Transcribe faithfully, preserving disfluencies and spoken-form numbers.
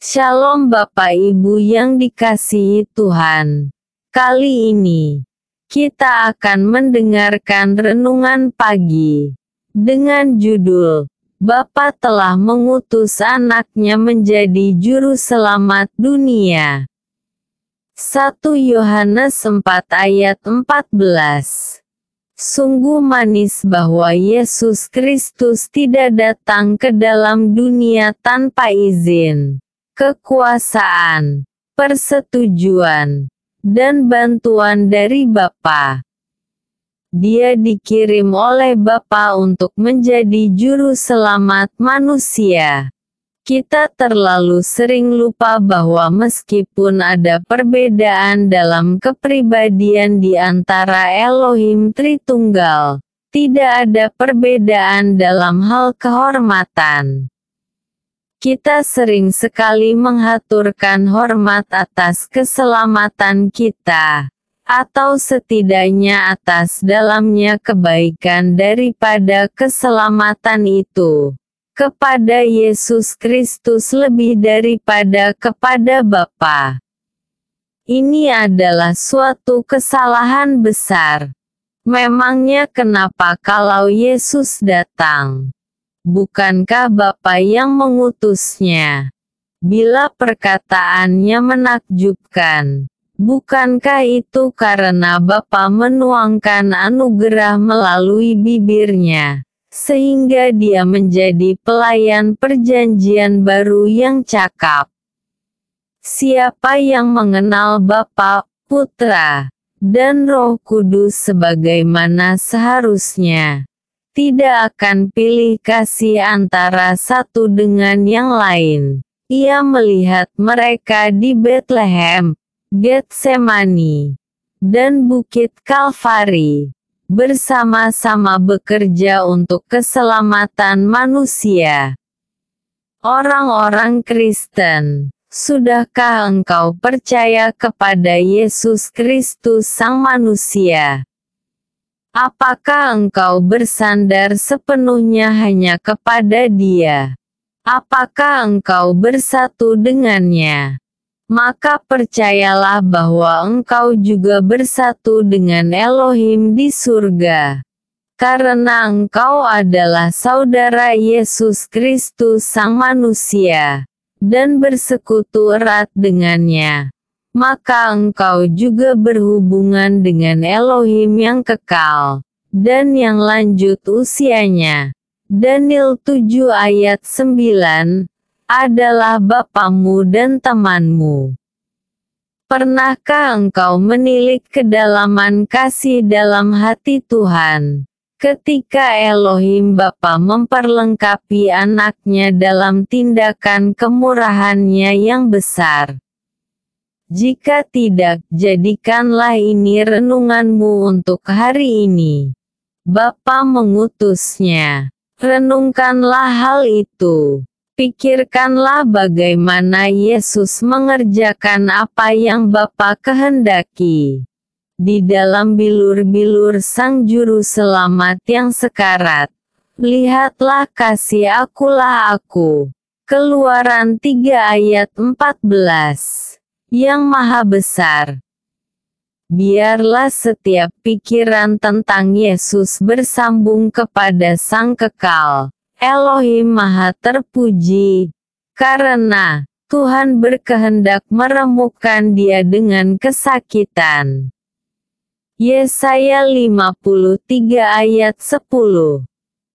Shalom Bapak Ibu yang dikasihi Tuhan. Kali ini, kita akan mendengarkan renungan pagi. Dengan judul, Bapa telah mengutus anaknya menjadi juru selamat dunia. satu Yohanes empat ayat empat belas. Sungguh manis bahwa Yesus Kristus tidak datang ke dalam dunia tanpa izin, kekuasaan, persetujuan, dan bantuan dari Bapa. Dia dikirim oleh Bapa untuk menjadi juru selamat manusia. Kita terlalu sering lupa bahwa meskipun ada perbedaan dalam kepribadian di antara Elohim Tritunggal, tidak ada perbedaan dalam hal kehormatan. Kita sering sekali menghaturkan hormat atas keselamatan kita, atau setidaknya atas dalamnya kebaikan daripada keselamatan itu, kepada Yesus Kristus lebih daripada kepada Bapa. Ini adalah suatu kesalahan besar. Memangnya kenapa kalau Yesus datang? Bukankah Bapa yang mengutusnya? Bila perkataannya menakjubkan, bukankah itu karena Bapa menuangkan anugerah melalui bibirnya, sehingga dia menjadi pelayan perjanjian baru yang cakap? Siapa yang mengenal Bapa, Putra, dan Roh Kudus sebagaimana seharusnya, tidak akan pilih kasih antara satu dengan yang lain. Ia melihat mereka di Betlehem, Getsemani, dan Bukit Kalvari, bersama-sama bekerja untuk keselamatan manusia. Orang-orang Kristen, sudahkah engkau percaya kepada Yesus Kristus Sang Manusia? Apakah engkau bersandar sepenuhnya hanya kepada Dia? Apakah engkau bersatu dengannya? Maka percayalah bahwa engkau juga bersatu dengan Elohim di surga. Karena engkau adalah saudara Yesus Kristus Sang Manusia, dan bersekutu erat dengannya, maka engkau juga berhubungan dengan Elohim yang kekal, dan yang lanjut usianya. Daniel tujuh ayat sembilan, adalah Bapamu dan temanmu. Pernahkah engkau menilik kedalaman kasih dalam hati Tuhan, ketika Elohim Bapa memperlengkapi anaknya dalam tindakan kemurahannya yang besar? Jika tidak, jadikanlah ini renunganmu untuk hari ini. Bapa mengutusnya. Renungkanlah hal itu. Pikirkanlah bagaimana Yesus mengerjakan apa yang Bapa kehendaki. Di dalam bilur-bilur Sang Juru Selamat yang sekarat, lihatlah kasih akulah aku. Keluaran tiga ayat empat belas. Yang Maha Besar. Biarlah setiap pikiran tentang Yesus bersambung kepada Sang Kekal, Elohim Maha Terpuji, karena Tuhan berkehendak meremukkan Dia dengan kesakitan. Yesaya lima puluh tiga ayat sepuluh.